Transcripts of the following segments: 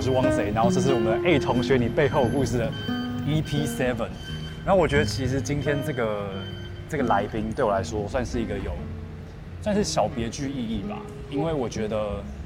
是汪贼，然后这是我们 A 同学你背后故事的 EP7。然后我觉得其实今天这个来宾对我来说算是一个算是小别具意义吧，因为我觉得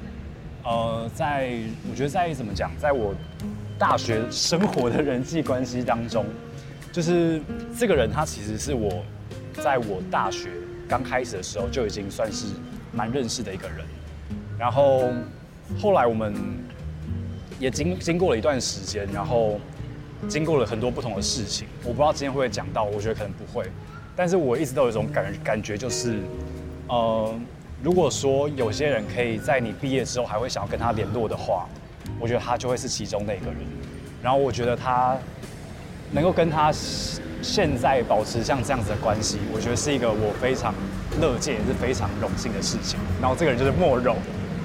在怎么讲，在我大学生活的人际关系当中，就是这个人他其实是在我大学刚开始的时候就已经算是蛮认识的一个人，然后后来我们也经过了一段时间，然后经过了很多不同的事情，我不知道今天会不会讲到，我觉得可能不会，但是我一直都有一种感觉，就是如果说有些人可以在你毕业之后还会想要跟他联络的话，我觉得他就会是其中的一个人。然后我觉得他能够跟他现在保持像这样子的关系，我觉得是一个我非常乐见也是非常荣幸的事情。然后这个人就是莫荣，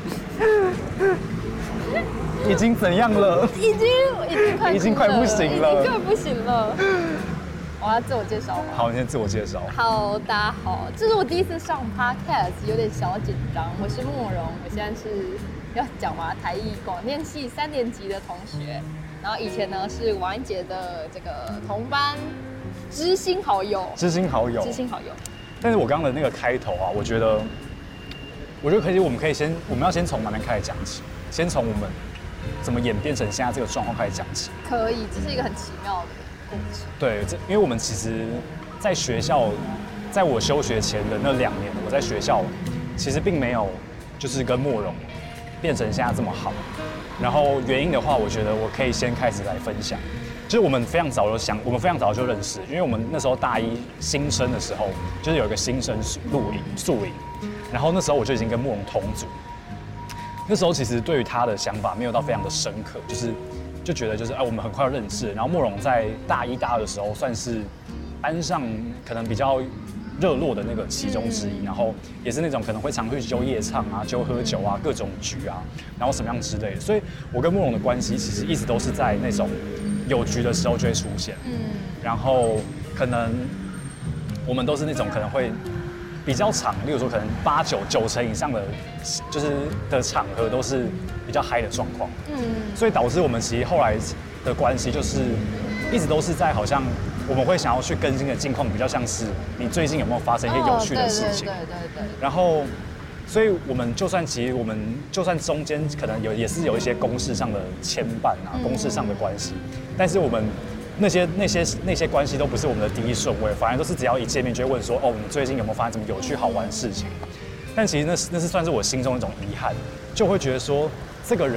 已经怎样了？已经快不行了， 已经快不行了。我要自我介绍吗？ 好，你先自我介绍。 好，大家好，这是我第一次上 podcast， 有点小紧张。我是莫荣，我现在是要讲嘛，台艺广电系3年级的同学。然后以前呢是王安杰的这个同班知心好友。但是我刚刚的那个开头啊，我觉得可以，我们要先从哪边开始讲起？先从我们怎么演变成现在这个状况开始讲起。 可以，这是一个很奇妙的故事。 对，因为我们其实在学校，在我休学前的那2年，我在学校其实并没有就是跟莫荣变成现在这么好。然后原因的话，我觉得我可以先开始来分享。就是我们非常早就认识，因为我们那时候大一新生的时候，就是有一个新生宿营，然后那时候我就已经跟莫荣同组。那时候其实对于他的想法没有到非常的深刻，就觉得就是我们很快要认识。然后莫荣在大一大二的时候算是班上可能比较热络的那个其中之一，然后也是那种可能会常去揪夜唱啊、揪喝酒啊、各种局啊，然后什么样之类的。所以我跟莫荣的关系其实一直都是在那种有局的时候就会出现，然后可能我们都是那种可能会比较长，例如说可能8、9成以上的，就是的场合都是比较嗨的状况，所以导致我们其实后来的关系就是一直都是在好像我们会想要去更新的近况，比较像是你最近有没有发生一些有趣的事情， 对， 然后。所以我们就算中间可能也是有一些公事上的牵绊啊，公事上的关系，但是我们那些关系都不是我们的第一顺位，反而都是只要一见面就会问说，你最近有没有发生什么有趣好玩的事情？但其实那是算是我心中一种遗憾，就会觉得说这个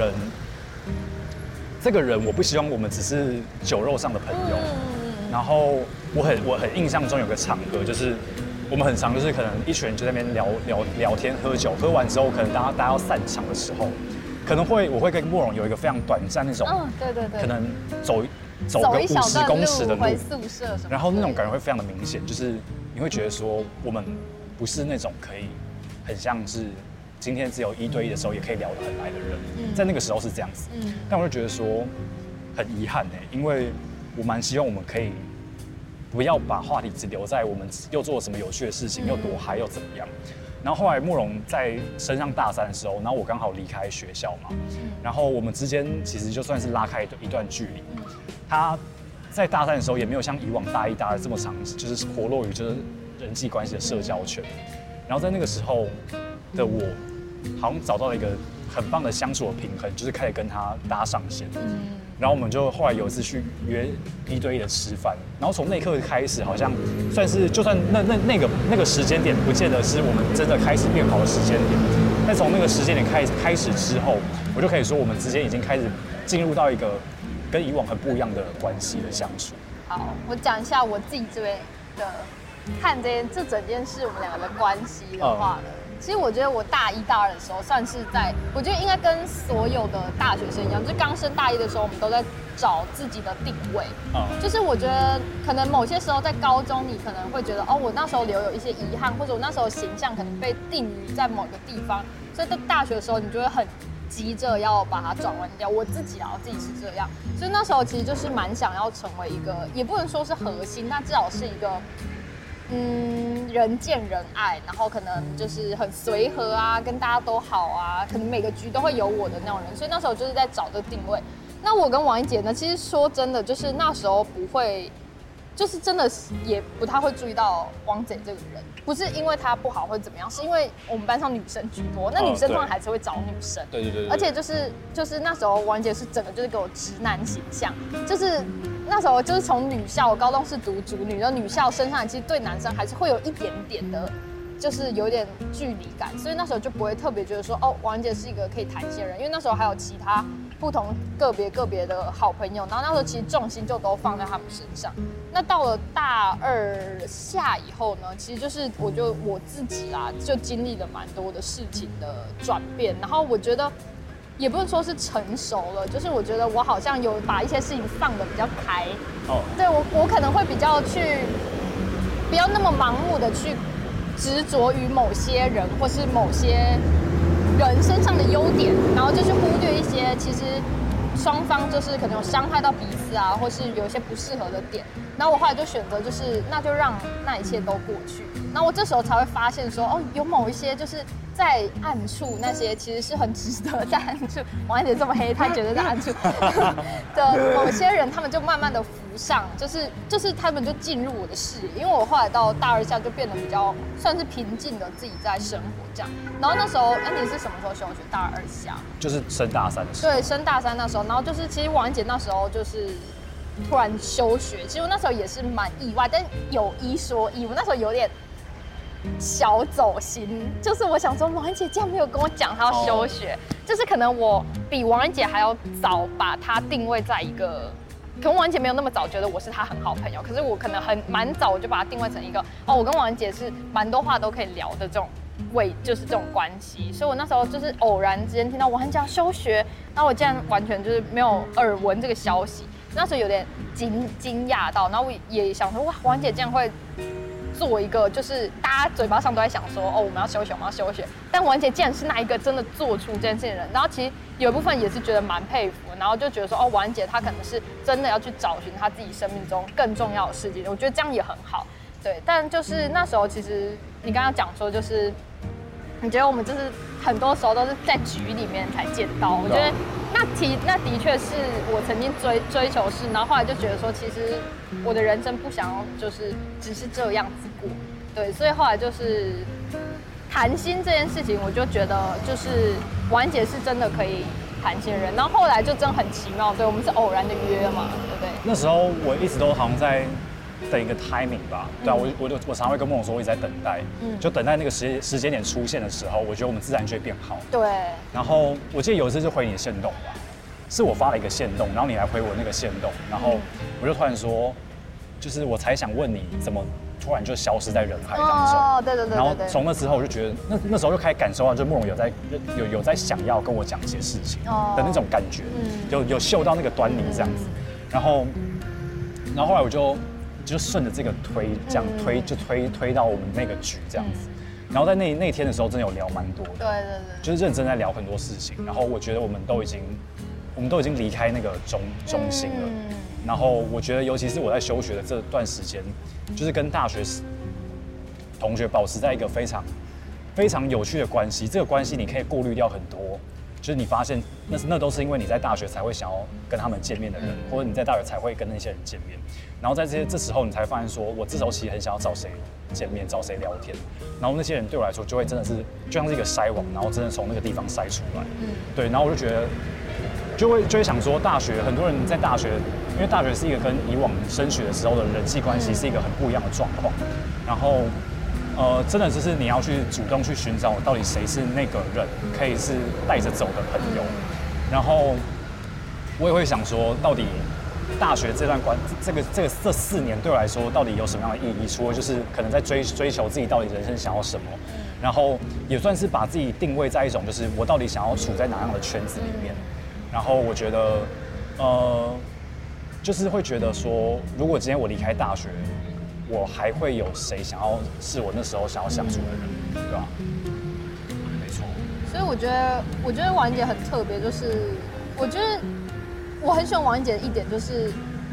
人我不希望我们只是酒肉上的朋友。然后我很印象中有个场合就是。我们很常就是可能一群人就在那边聊天喝酒，喝完之后可能大家要散场的时候，可能我会跟莫荣有一个非常短暂那种， 对， 可能走个50公尺的路回宿舍什么， 然后那种感觉会非常的明显，就是你会觉得说我们不是那种可以很像是今天只有1对1的时候也可以聊得很来的人，在那个时候是这样子，但我就觉得说很遗憾因为我蛮希望我们可以。不要把话题只留在我们又做了什么有趣的事情，又多嗨又怎么样。然后后来莫荣在升上大3的时候，然后我刚好离开学校嘛，然后我们之间其实就算是拉开一段距离。他在大3的时候也没有像以往大1、大2这么长，就是活络于就是人际关系的社交圈。然后在那个时候的我，好像找到了一个很棒的相处的平衡，就是开始跟他搭上线。然后我们就后来有一次去约1对1的吃饭，然后从那一刻开始，好像算是就算那个时间点，不见得是我们真的开始变好的时间点，但从那个时间点开始之后，我就可以说我们之间已经开始进入到一个跟以往很不一样的关系的相处。 好，我讲一下我自己这边的看这整件事我们2个的关系的话呢。其实我觉得我大1、大2的时候，算是我觉得应该跟所有的大学生一样，就是刚升大1的时候，我们都在找自己的定位。就是我觉得可能某些时候在高中，你可能会觉得我那时候留有一些遗憾，或者我那时候形象可能被定于在某个地方，所以在大学的时候，你就会很急着要把它转弯掉。我自己是这样，所以那时候其实就是蛮想要成为一个，也不能说是核心，但至少是一个。 人见人爱，然后可能就是很随和啊，跟大家都好啊，可能每个局都会有我的那种人，所以那时候就是在找这个定位。那我跟王一姐呢，其实说真的，就是那时候不会，就是真的也不太会注意到王姐这个人，不是因为她不好或者怎么样，是因为我们班上女生居多，那女生通常还是会找女生， 对， 而且就是那时候王姐是整个就是给我直男形象，就是那时候就是从女校，我高中是读主女的女校升上来，其实对男生还是会有一点点的。就是有点距离感，所以那时候就不会特别觉得说，哦，王姐是一个可以谈心的人，因为那时候还有其他不同个别的好朋友，然后那时候其实重心就都放在他们身上。那到了大二下以后呢，其实就是我自己啦，就经历了蛮多的事情的转变，然后我觉得也不能说是成熟了，就是我觉得我好像有把一些事情放得比较开。哦，对我可能会比较去，不要那么盲目的去。执着于某些人或是某些人身上的优点，然后就是忽略一些其实双方就是可能有伤害到彼此啊，或是有一些不适合的点。然后我后来就选择就是那就让那一切都过去。然后我这时候才会发现说，哦，有某一些就是在暗处那些其实是很值得在暗处。王一姐这么黑，她觉得在暗处的某些人，他们就慢慢的浮上，就是他们就进入我的视野。因为我后来到大二下就变得比较算是平静的自己在生活这样。然后那时候，你是什么时候休学？大二下？ 就是升大三的时候。 对，升大三那时候，然后就是其实王一姐那时候就是突然休学，其实我那时候也是蛮意外，但有一说一，我那时候有点小走心，就是我想说王一姐竟然没有跟我讲她要休学，就是可能我比王一姐还要早把她定位在一个。可能王一姐没有那么早觉得我是她很好朋友，可是我可能蛮早我就把她定位成一个我跟王一姐是蛮多话都可以聊的这种就是这种关系，所以我那时候就是偶然之间听到王一姐要休学，然后我竟然完全就是没有耳闻这个消息，那时候有点惊讶到，然后我也想说哇，王一姐竟然会做一个就是大家嘴巴上都在想说我们要休学，但王一姐竟然是那一个真的做出这件事情的人，然后其实有一部分也是觉得蛮佩服，然后就觉得说王一姐她可能是真的要去找寻她自己生命中更重要的事情，我觉得这样也很好，对。但就是那时候其实你刚刚讲说就是你觉得我们就是很多时候都是在局里面才见到，我觉得那的确是我曾经追求是，然后后来就觉得说其实我的人生不想要就是只是这样子过，对，所以后来就是谈心这件事情，我就觉得就是王一姐是真的可以谈心的人，然后后来就真的很奇妙，对，我们是偶然的约嘛，对不对？ 那时候我一直都好像在等一个 timing 吧，对啊，我常会跟梦总说我一直在等待，就等待那个时间点出现的时候，我觉得我们自然就会变好。 对。然后我记得有一次就回你的限动吧，是我发了一个限动，然后你来回我那个限动，然后我就突然说，就是我才想问你怎么突然就消失在人海当中。 哦，对。 然后从那之后我就觉得，那时候就开始感受到，就慕容有在想要跟我讲一些事情的那种感觉，有嗅到那个端倪这样子。然后后来我就顺着这个这样推到我们那个局这样子，然后在那天的时候真的有聊蛮多的， 对， 就是认真在聊很多事情，然后我觉得我们都已经离开那个中心了，然后我觉得尤其是我在休学的这段时间，就是跟大学同学保持在一个非常非常有趣的关系，这个关系你可以过滤掉很多。就是你发现那都是因为你在大学才会想要跟他们见面的人，或者你在大学才会跟那些人见面，然后在这时候你才发现说，我这时候其实很想要找谁见面，找谁聊天，然后那些人对我来说就会真的是就像是一个筛网，然后真的从那个地方筛出来，对，然后我就觉得就会想说，大学很多人在大学，因为大学是一个跟以往升学的时候的人际关系是一个很不一样的状况，然后。真的就是你要去主动去寻找到底谁是那个人可以是带着走的朋友，然后我也会想说，到底大学这4年对我来说到底有什么样的意义？除了就是可能在追求自己到底人生想要什么，然后也算是把自己定位在一种就是我到底想要处在哪样的圈子里面，然后我觉得就是会觉得说，如果今天我离开大学。我还会有谁想要是我那时候想要相处的人，对吧？没错。 所以我觉得王一姐很特别，就是我觉得我很喜欢王一姐的一点就是，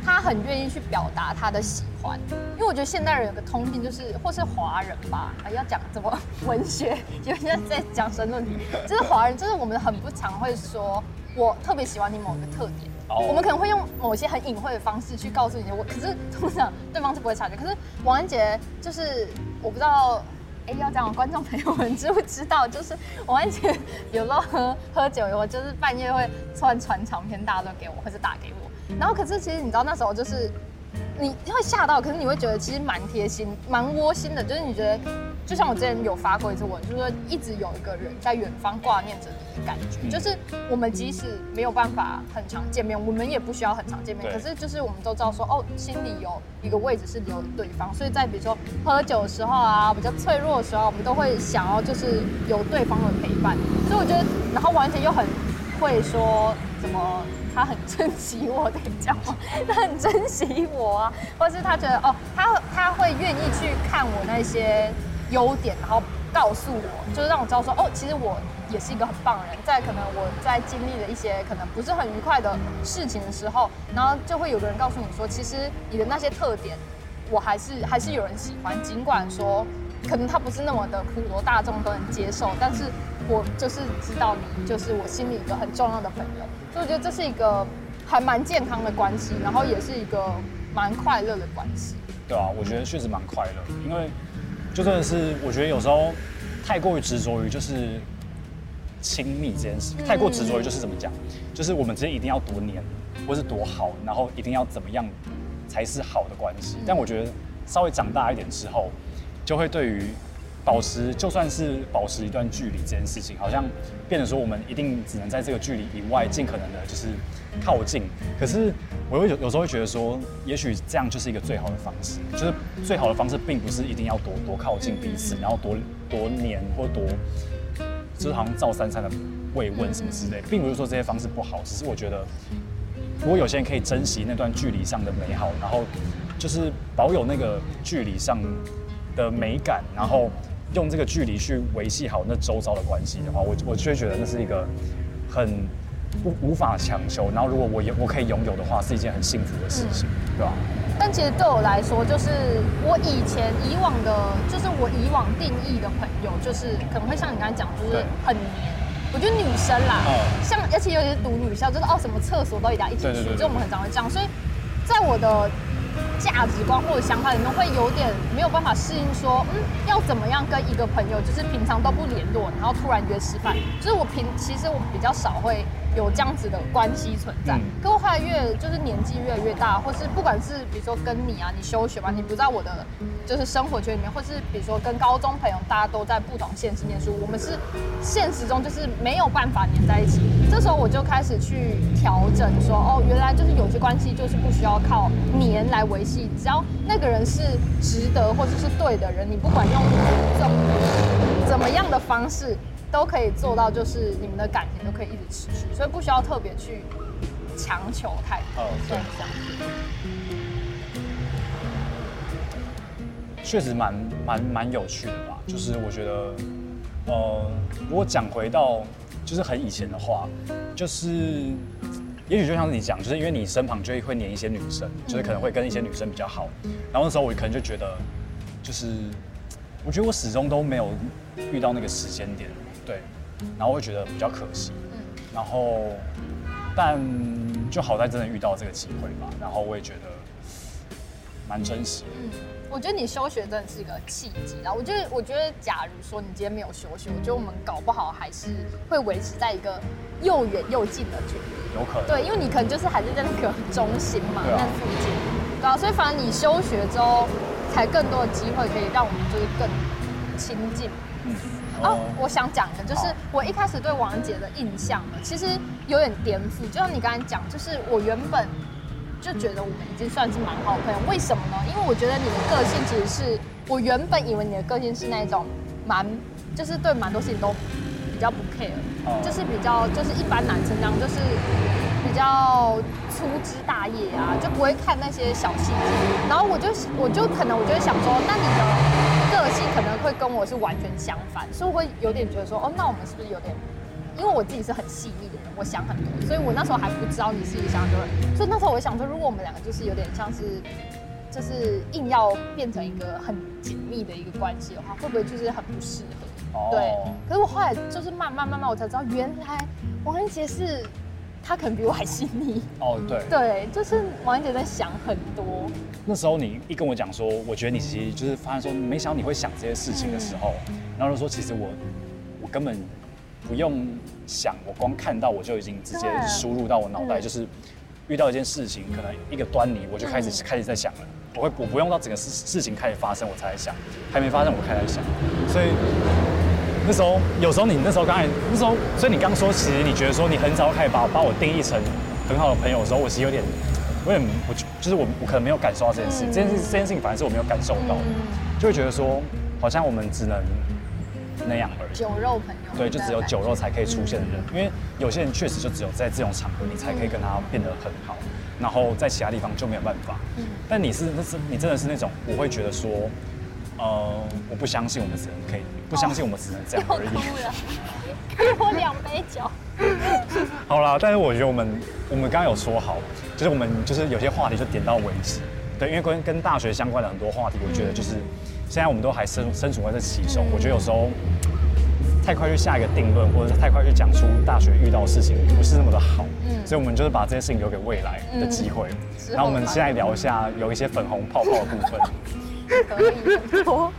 他很愿意去表达他的喜欢，因为我觉得现代人有个通病，就是或是华人吧，要讲怎么文学，有些在讲申论题，就是华人，就是我们很不常会说，我特别喜欢你某一个特点。我们可能会用某些很隐晦的方式去告诉你，可是通常对方是不会察觉。可是王安杰就是我不知道，要讲观众朋友们知不知道，就是王安杰有时候喝酒以后，就是半夜会突然传长篇大论给我，或者打给我。然后可是其实你知道那时候就是你会吓到，可是你会觉得其实蛮贴心、蛮窝心的，就是你觉得就像我之前有发过一次文，就是说一直有一个人在远方挂念着你的感觉，就是我们即使没有办法很常见面，我们也不需要很常见面，可是就是我们都知道说心里有一个位置是留给对方，所以在比如说喝酒的时候啊，比较脆弱的时候，我们都会想要就是有对方的陪伴，所以我觉得，然后完全又很会说什么。他很珍惜我的叫吗？他很珍惜我啊，或是他觉得他会愿意去看我那些优点，然后告诉我，就是让我知道说其实我也是一个很棒的人。在可能我在经历了一些可能不是很愉快的事情的时候，然后就会有个人告诉你说，其实你的那些特点，我还是有人喜欢，尽管说可能他不是那么的普罗大众都能接受，但是我就是知道你就是我心里一个很重要的朋友。所以我觉得这是一个还蛮健康的关系，然后也是一个蛮快乐的关系。 对啊，我觉得确实蛮快乐，因为就真的是我觉得有时候太过于执着于就是亲密这件事，太过执着于就是怎么讲，就是我们之间一定要多黏，或是多好，然后一定要怎么样才是好的关系。但我觉得稍微长大一点之后，就会对于就算是保持一段距离这件事情，好像变成说我们一定只能在这个距离以外，尽可能的就是靠近。可是我有时候会觉得说，也许这样就是一个最好的方式，就是最好的方式并不是一定要多靠近彼此，然后多黏或就是好像赵珊珊的慰问什么之类，并不是说这些方式不好，只是我觉得，如果有些人可以珍惜那段距离上的美好，然后就是保有那个距离上的美感，然后用这个距离去维系好那周遭的关系的话，我就会觉得那是一个很无法强求，然后如果我可以拥有的话，是一件很幸福的事情，对吧？ 但其实对我来说，就是我以往的，就是我以往定义的朋友，就是可能会像你刚才讲，就是很黏。我觉得女生啦，像而且尤其是读女校，就是什么厕所都一定要一起去，就我们很常会这样，所以在我的价值观或者想法里面会有点没有办法适应说，要怎么样跟一个朋友，就是平常都不联络，然后突然约吃饭，就是其实我比较少会有这样子的关系存在。可我后来就是年纪越来越大，或是不管是比如说跟你啊，你休学吧，你不在我的就是生活圈里面，或是比如说跟高中朋友，大家都在不同县市念书，我们是现实中就是没有办法黏在一起。这时候我就开始去调整说，原来就是有些关系就是不需要靠黏来维系，只要那个人是值得或者是对的人，你不管用怎么样的方式，都可以做到，就是你们的感情都可以一直持续，所以不需要特别去强求太多。对，这样子。 确实蛮有趣的吧，就是我觉得，如果讲回到就是很以前的话，就是也许就像是你讲，就是因为你身旁就会黏一些女生，就是可能会跟一些女生比较好，然后那时候我可能就觉得，就是我觉得我始终都没有遇到那个时间点，对，然后我会觉得比较可惜，然后但就好在真的遇到这个机会吧，然后我也觉得蛮珍惜的。 我觉得你休学真的是一个契机啦。我觉得，假如说你今天没有休学，我觉得我们搞不好还是会维持在一个又远又近的距离。 有可能。 对，因为你可能就是还是在那个中心嘛，那附近。对啊，所以反正你休学之后，才更多的机会可以让我们就是更亲近。我想讲的就是我一开始对王姐的印象呢，其实有点颠覆。就像你刚才讲，就是我原本就觉得我们已经算是蛮好的朋友，为什么呢？因为我觉得你的个性其实是我原本以为你的个性是那种就是对蛮多事情都比较不 care，就是比较就是一般男生这样，就是比较粗枝大叶啊，就不会看那些小细节。然后我就可能我就会想说，那你的个性可能会跟我是完全相反，所以我会有点觉得说，那我们是不是有点因为我自己是很细腻的人，我想很多，所以我那时候还不知道你是一个想很多人，所以那时候我想说，如果我们两个就是有点像是，就是硬要变成一个很紧密的一个关系的话，会不会就是很不适合？对。可是我后来就是慢慢我才知道，原来王英杰是。他可能比我还细腻对，就是王英杰在想很多。 那时候你一跟我讲说，我觉得你其实就是发现说，没想到你会想这些事情的时候，然后就说其实我根本不用想，我光看到我就已经直接输入到我脑袋，就是遇到一件事情，可能一个端倪，我就开始在想了。我不用到整个事情开始发生我才在想，还没发生我开始在想，所以。那时候，有时候你那时候，所以你刚说，其实你觉得说你很早开始把我定义成很好的朋友的时候，我其实有点，就是我可能没有感受到这件事，这件事情反而是我没有感受到，就会觉得说，好像我们只能那样而已。 酒肉朋友。 对，就只有酒肉才可以出现的人，因为有些人确实就只有在这种场合，你才可以跟他变得很好，然后在其他地方就没有办法。但你真的是那种，我会觉得说。我不相信我们只能可以，不相信我们只能这样而已。 给我2杯酒。 好啦，但是我觉得我们刚刚有说好，就是我们就是有些话题就点到为止。对，因为跟大学相关的很多话题，我觉得就是现在我们都还身处在这其中。我觉得有时候太快去下一个定论，或者是太快去讲出大学遇到的事情不是那么的好。所以我们就是把这些事情留给未来的机会。然后我们现在聊一下有一些粉红泡泡的部分。 可以很多。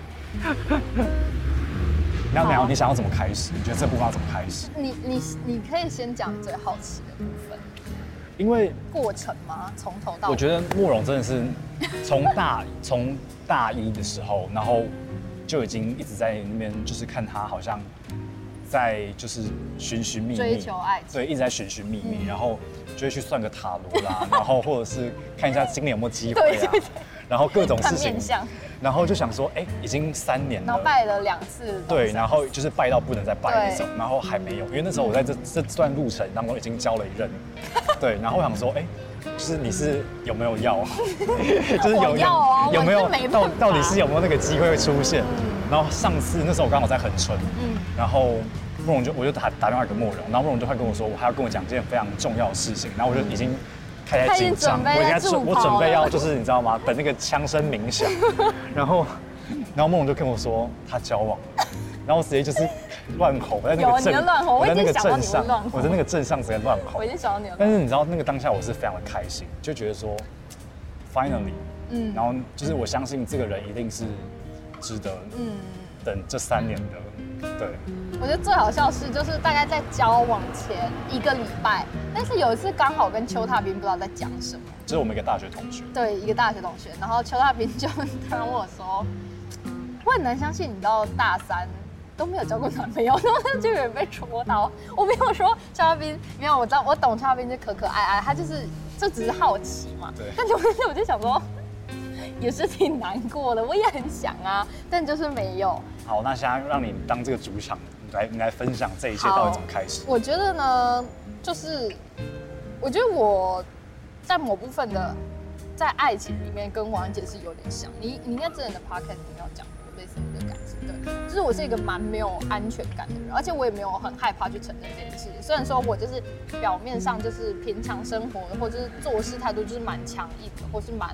你想要怎么开始？你觉得这部分要怎么开始？ 你可以先讲最好奇的部分。 因为过程吗？从头到尾。 我觉得莫容真的是从大一的时候，然后就已经一直在那边，就是看他好像在就是寻觅觅， 追求爱情， 对，一直在寻觅觅，然后就会去算个塔罗啦，然后或者是看一下今年有没有机会啊。然后各种事情，然后就想说，已经3年了， 然后拜了2次， 对，然后就是拜到不能再拜那种，然后还没有，因为那时候我在这段路程当中已经交了一任，对，然后我想说，就是你是有没有要，就是有没有到底是有没有那个机会出现？然后上次那时候我刚好在恒春，然后莫容我就打电话给莫容，然后莫容就快跟我说，我还要跟我讲一件非常重要的事情，然后我就已经。开始紧张，我准备要就是你知道吗？等那个枪声鸣响，然后梦龙就跟我说他交往，然后我直接就是乱吼，我在那个镇上，我在那个镇上直接乱吼。 我已经想到你了。 但是你知道那个当下我是非常的开心，就觉得说 finally，然后就是我相信这个人一定是值得，等这3年的，对。 我觉得最好笑的是，就是大概在交往前1个礼拜，但是有一次刚好跟邱踏斌不知道在讲什么， 就是我们一个大学同学， 对，一个大学同学，然后邱踏斌就突然问我说：“我很难相信你到大3都没有交过男朋友。”然后就有人被戳到，我没有说邱踏斌没有，我知道我懂邱踏斌是可爱爱，他就只是好奇嘛， 对， 但我就想说。也是挺难过的，我也很想啊，但就是没有。 好，那现在让你当这个主场，你来分享这一切到底怎么开始？ 我觉得呢，就是我觉得我在某部分的在爱情里面跟王安杰是有点像。你应该之前的 podcast 你有讲过类似的感情，对，就是我是一个蛮没有安全感的人，而且我也没有很害怕去承认这件事。虽然说我就是表面上就是平常生活或者是做事态度就是蛮强硬的，或是蛮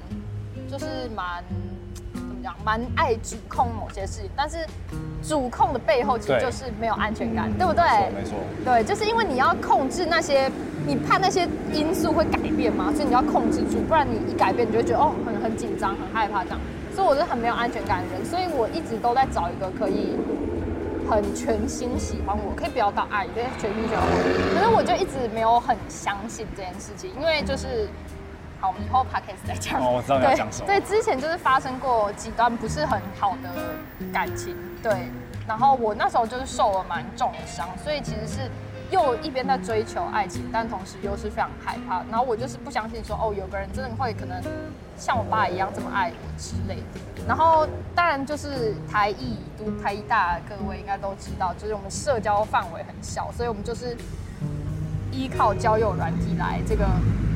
怎么讲，蛮爱主控某些事情，但是主控的背后其实就是没有安全感，对不对？ 没错。 对，就是因为你要控制那些，你怕那些因素会改变嘛，所以你要控制住，不然你一改变，你就会觉得很紧张、很害怕这样。所以我是很没有安全感的人，所以我一直都在找一个可以很全心喜欢我，可以不要到爱，对，全心喜欢我。可是我就一直没有很相信这件事情，因为就是。好，我们以后 podcast 再讲。 我知道你要讲什么。 对，之前就是发生过几段不是很好的感情，对。然后我那时候就是受了蛮重的伤，所以其实是又一边在追求爱情，但同时又是非常害怕。然后我就是不相信说，有个人真的会可能像我爸一样这么爱我之类的。然后当然就是读台艺大，各位应该都知道，就是我们社交范围很小，所以我们就是依靠交友软体来这个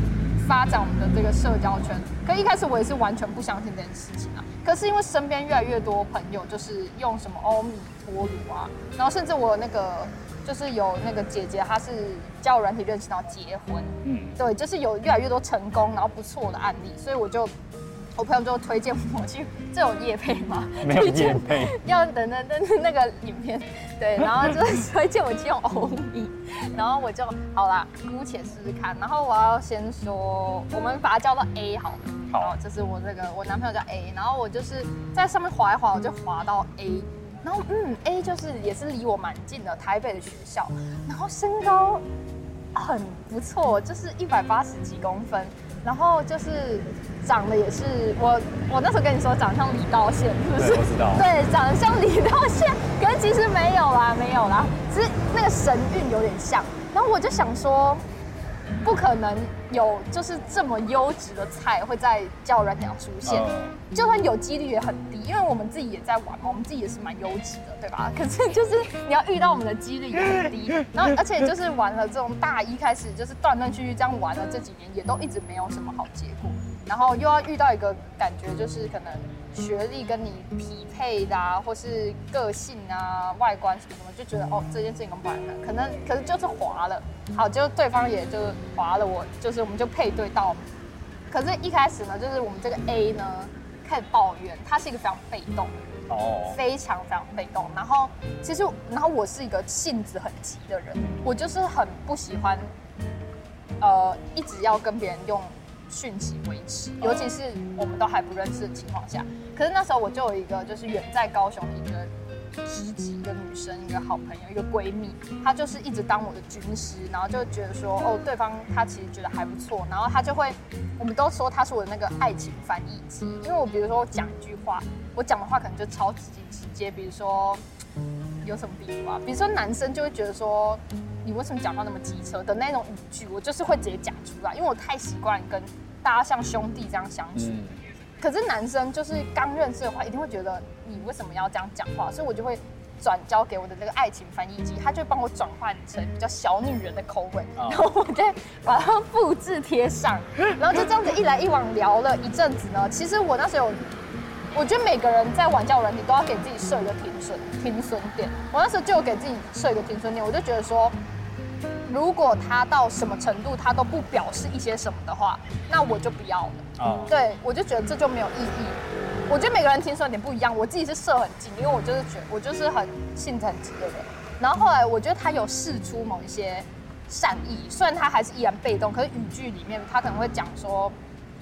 发展我们的这个社交圈。可一开始我也是完全不相信这件事情啊。可是因为身边越来越多朋友就是用什么欧米陀螺啊，然后甚至我那个就是有那个姐姐，她是交友软体认识到结婚，对，就是有越来越多成功然后不错的案例，所以我朋友就推荐我去，这有业配吗？ 没有业配， 要等那个影片，对，然后就是推荐我去用欧米，然后我就好啦，姑且试试看。然后我要先说，我们把它叫做 A 好了，好，这是我男朋友叫 A， 然后我就是在上面滑一滑，我就滑到 A， 然后A 就是也是离我蛮近的，台北的学校，然后身高很不错，就是180几公分。然后就是长得也是我那时候跟你说长得像李道宪，是不是？ 我知道。 对，长得像李道宪，可是其实没有啦，只是那个神韵有点像。然后我就想说，不可能有就是这么优质的菜会在交友软件上出现，就算有几率也很低，因为我们自己也在玩嘛，我们自己也是蛮优质的，对吧？可是就是你要遇到我们的几率也很低，然后而且就是玩了这种大一开始就是断断续续这样玩了这几年，也都一直没有什么好结果，然后又要遇到一个感觉就是可能学历跟你匹配的啊，或是个性啊、外观什么什么，就觉得这件事情跟不然可是就是滑了，好，就对方也就滑了我，就是我们就配对到，可是一开始呢，就是我们这个 A 呢开始抱怨，他是一个非常被动，非常非常被动，然后我是一个性子很急的人，我就是很不喜欢，一直要跟别人用讯息维持，尤其是我们都还不认识的情况下。可是那时候我就有一个就是远在高雄的一个知己，一个女生，一个好朋友，一个闺蜜，她就是一直当我的军师，然后就觉得说对方她其实觉得还不错，然后她就会，我们都说她是我的那个爱情翻译机，因为我比如说我讲一句话，我讲的话可能就超直接，比如说有什么比如啊，比如说男生就会觉得说你为什么讲话那么机车的那种语句，我就是会直接讲出来，因为我太习惯跟大家像兄弟这样相处。可是男生就是刚认识的话，一定会觉得你为什么要这样讲话，所以我就会转交给我的那个爱情翻译机，他就会帮我转换成比较小女人的口吻，然后我再把它复制贴上，然后就这样子一来一往聊了一阵子呢。其实我那时候我觉得每个人在玩交友软体都要给自己设一个停损点。我那时候就有给自己设一个停损点，我就觉得说，如果他到什么程度他都不表示一些什么的话，那我就不要了。对，我就觉得这就没有意义。我觉得每个人停损点不一样，我自己是设很紧，因为我就是很性子很急的人。然后后来我觉得他有释出某一些善意，虽然他还是依然被动，可是语句里面他可能会讲说，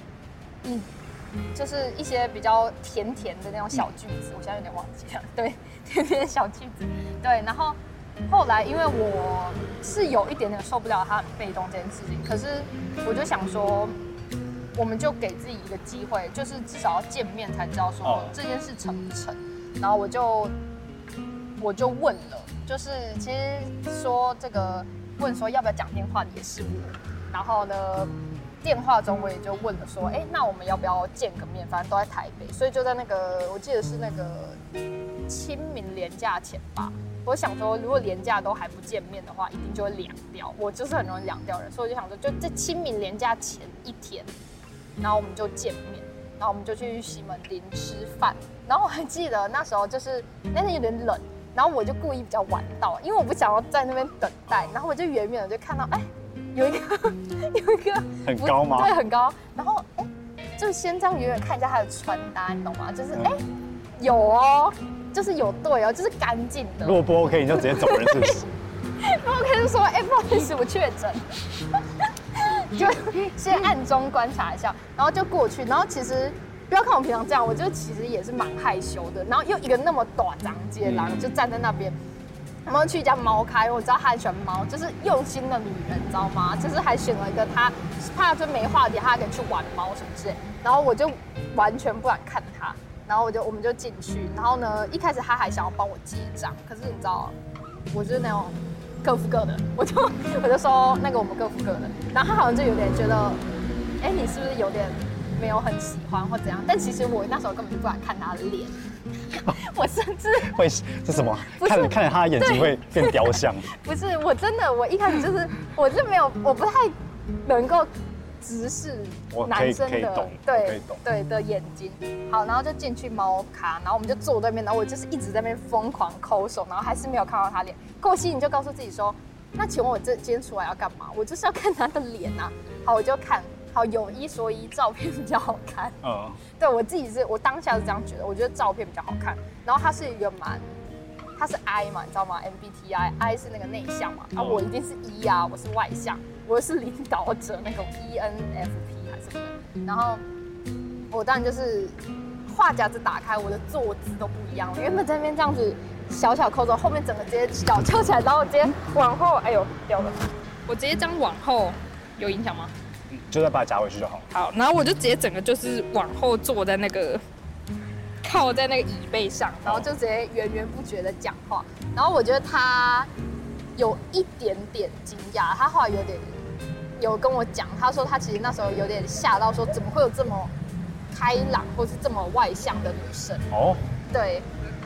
就是一些比较甜的那种小句子，我现在有点忘记了。对，甜的小句子。对，然后后来因为我是有一点点受不了他很被动这件事情，可是我就想说，我们就给自己一个机会，就是至少要见面才知道说这件事成不成。然后我就问了，就是其实说这个问说要不要讲电话的也是我，然后呢，电话中我也就问了说，那我们要不要见个面？反正都在台北，所以就在那个我记得是那个清明连假前吧。我想说，如果连假都还不见面的话，一定就会凉掉。我就是很容易凉掉人，所以我就想说，就在清明连假前一天，然后我们就见面，然后我们就去西门町吃饭。然后我还记得那时候就是那天有点冷，然后我就故意比较晚到，因为我不想要在那边等待。然后我就远远的就看到，有一个很高吗？ 对，很高。然后就先这样远远看一下他的穿搭，你懂吗？就是有哦。就是有对哦，就是干净的。 如果不 OK， 你就直接走人，是不是？ 不 OK 就说，不好意思，我确诊。就先暗中观察一下，然后就过去。然后其实不要看我平常这样，我就其实也是蛮害羞的。然后又一个那么短长街郎，就站在那边。我们去一家猫咖，因为我知道她很喜欢猫，就是用心的女人，你知道吗？就是还选了一个她怕就没话题，她还可以去玩猫什么之类。然后我就完全不敢看她。然后我们就进去，然后呢，一开始他还想要帮我结账，可是你知道，我就是那种各付各的，我就说那个我们各付各的，然后他好像就有点觉得，你是不是有点没有很喜欢或怎样？但其实我那时候根本就不敢看他的脸，我甚至会是什么？看着他的眼睛会变雕像？ 不是，我一开始就是我就没有，我不太能够直视我男生的， 可以懂对的眼睛。好，然后就进去猫咖，然后我们就坐对面，然后我就是一直在那边疯狂抠手，然后还是没有看到他脸。可我心里就告诉自己说，那请问我今天出来要干嘛？我就是要看他的脸啊。好，我就看。好，有一说一，照片比较好看。对我自己我当下是这样觉得，我觉得照片比较好看。然后他是一个他是 I 嘛，你知道吗 ？MBTI，I 是那个内向嘛，我一定是 E 啊，我是外向，我是领导者那种 ENFP 还是什么的。然后我当然就是话匣子打开，我的坐姿都不一样了。原本在那边这样子小扣着，后面整个直接脚翘起来，然后我直接往后，哎呦掉了，我直接这样往后，有影响吗？ 就再把它夹回去就好。 好，然后我就直接整个就是往后坐在那个靠在那个椅背上，然后就直接源源不绝的讲话。然后我觉得他有一点点惊讶，他后来有跟我讲，他说他其实那时候有点吓到，说怎么会有这么开朗或是这么外向的女生？对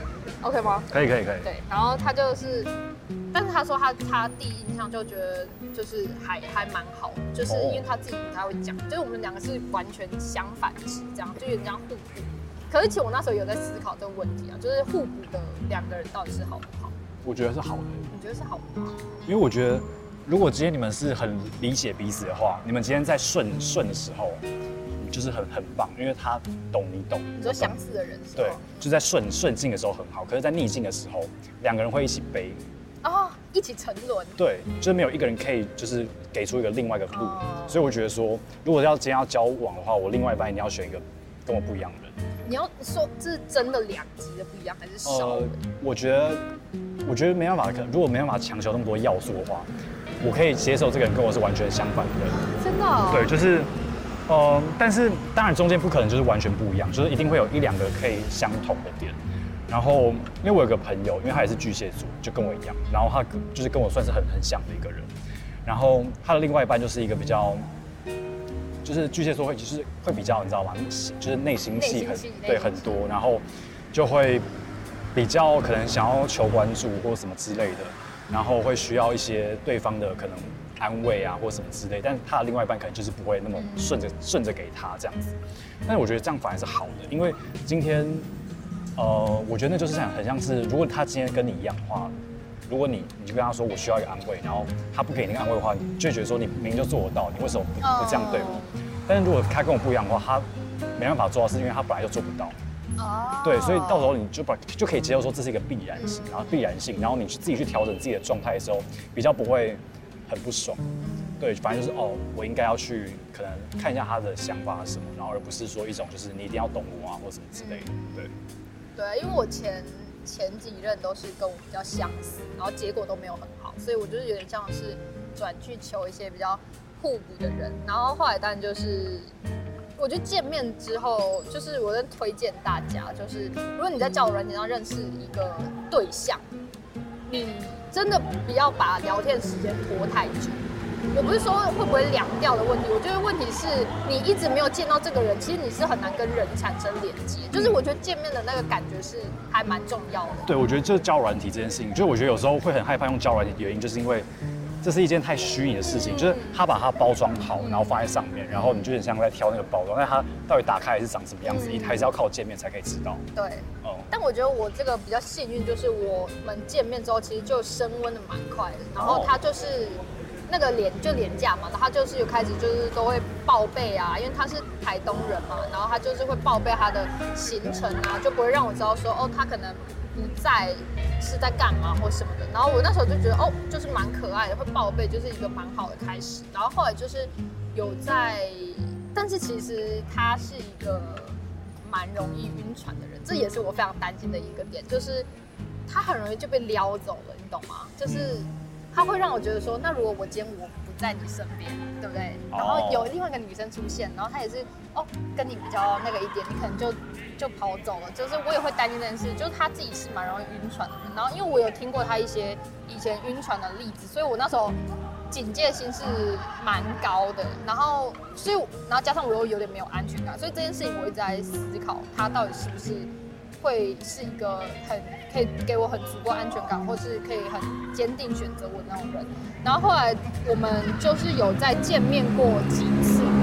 ，OK 吗？ 可以。 对，然后他就是。但是他说他第一印象就觉得就是还蛮好，就是因为他自己不太会讲，就是我们两个是完全相反值，这样就有点像互补。可是其实我那时候有在思考这个问题啊，就是互补的两个人到底是好不好？ 我觉得是好的。 你觉得是好的吗？ 因为我觉得如果今天你们是很理解彼此的话，你们今天在顺的时候，就是很棒，因为他懂你懂。 你说相似的人是吗？ 对，就在顺境的时候很好，可是，在逆境的时候，两个人会一起背。 一起沉沦。 对，就是没有一个人可以就是给出另外一个路，所以我觉得说，如果今天要交往的话，我另外一半一定要选一个跟我不一样的人。 你要说这是真的两极的不一样，还是少？ 我觉得没办法，如果没办法强求那么多要素的话，我可以接受这个人跟我是完全相反的人。 真的？ 对，就是。但是当然中间不可能就是完全不一样，就是一定会有1、2个可以相同的点。然后因为我有个朋友，因为他也是巨蟹座，就跟我一样，然后他就是跟我算是很像的一个人。然后他的另外一半就是一个比较，就是巨蟹座会比较你知道吗？就是内心戏很多，然后就会比较可能想要求关注或什么之类的，然后会需要一些对方的可能安慰啊或什么之类，但他的另外一半可能就是不会那么顺着给他这样子。但是我觉得这样反而是好的，因为今天我觉得那就是很像是，如果他今天跟你一样的话，如果你就跟他说我需要一个安慰，然后他不给你那个安慰的话，你就会觉得说你明明就做得到，你为什么不这样对我？但是如果他跟我不一样的话，他没办法做到，是因为他本来就做不到。对，所以到时候你就可以接受说这是一个必然性，然后你自己去调整自己的状态的时候，比较不会很不爽。对，反正就是我应该要去可能看一下他的想法是什么，然后而不是说一种就是你一定要懂我啊或什么之类的。 对，因为我前几任都是跟我比较相似，然后结果都没有很好，所以我就是有点像是转去求一些比较互补的人。然后后来当然就是，我觉得见面之后，就是我在推荐大家，就是如果你在交友软件上认识一个对象，你真的不要把聊天时间拖太久。我不是说会不会凉掉的问题，我觉得问题是你一直没有见到这个人，其实你是很难跟人产生连接。就是我觉得见面的那个感觉是还蛮重要的。 对，我觉得这交友软体这件事情，就是我觉得有时候会很害怕用交友软体的原因，就是因为这是一件太虚拟的事情，就是他把它包装好，然后放在上面，然后你就很像在挑那个包装，但它到底打开是长什么样子，还是要靠见面才可以知道。 对，但我觉得我这个比较幸运，就是我们见面之后其实就升温的蛮快的，然后他就是。那个廉价嘛，然后他就是有开始就是都会报备啊，因为他是台东人嘛，然后他就是会报备他的行程啊，就不会让我知道说他可能不在是在干嘛或什么的。然后我那时候就觉得就是蛮可爱的，会报备就是一个蛮好的开始。然后后来就是有在，但是其实他是一个蛮容易晕船的人，这也是我非常担心的一个点，就是他很容易就被撩走了，你懂吗？就是。他会让我觉得说，那如果我今天我不在你身边，对不对？然后有另外一个女生出现，然后她也是跟你比较那个一点，你可能就跑走了。就是我也会担心这件事，就是他自己是蛮容易晕船的人。然后因为我有听过他一些以前晕船的例子，所以我那时候警戒心是蛮高的。然后加上我又有点没有安全感，所以这件事情我一直在思考，他到底是不是会是一个可以给我很足够安全感，或是可以很坚定选择我那种人。然后后来我们就是有在见面过几次，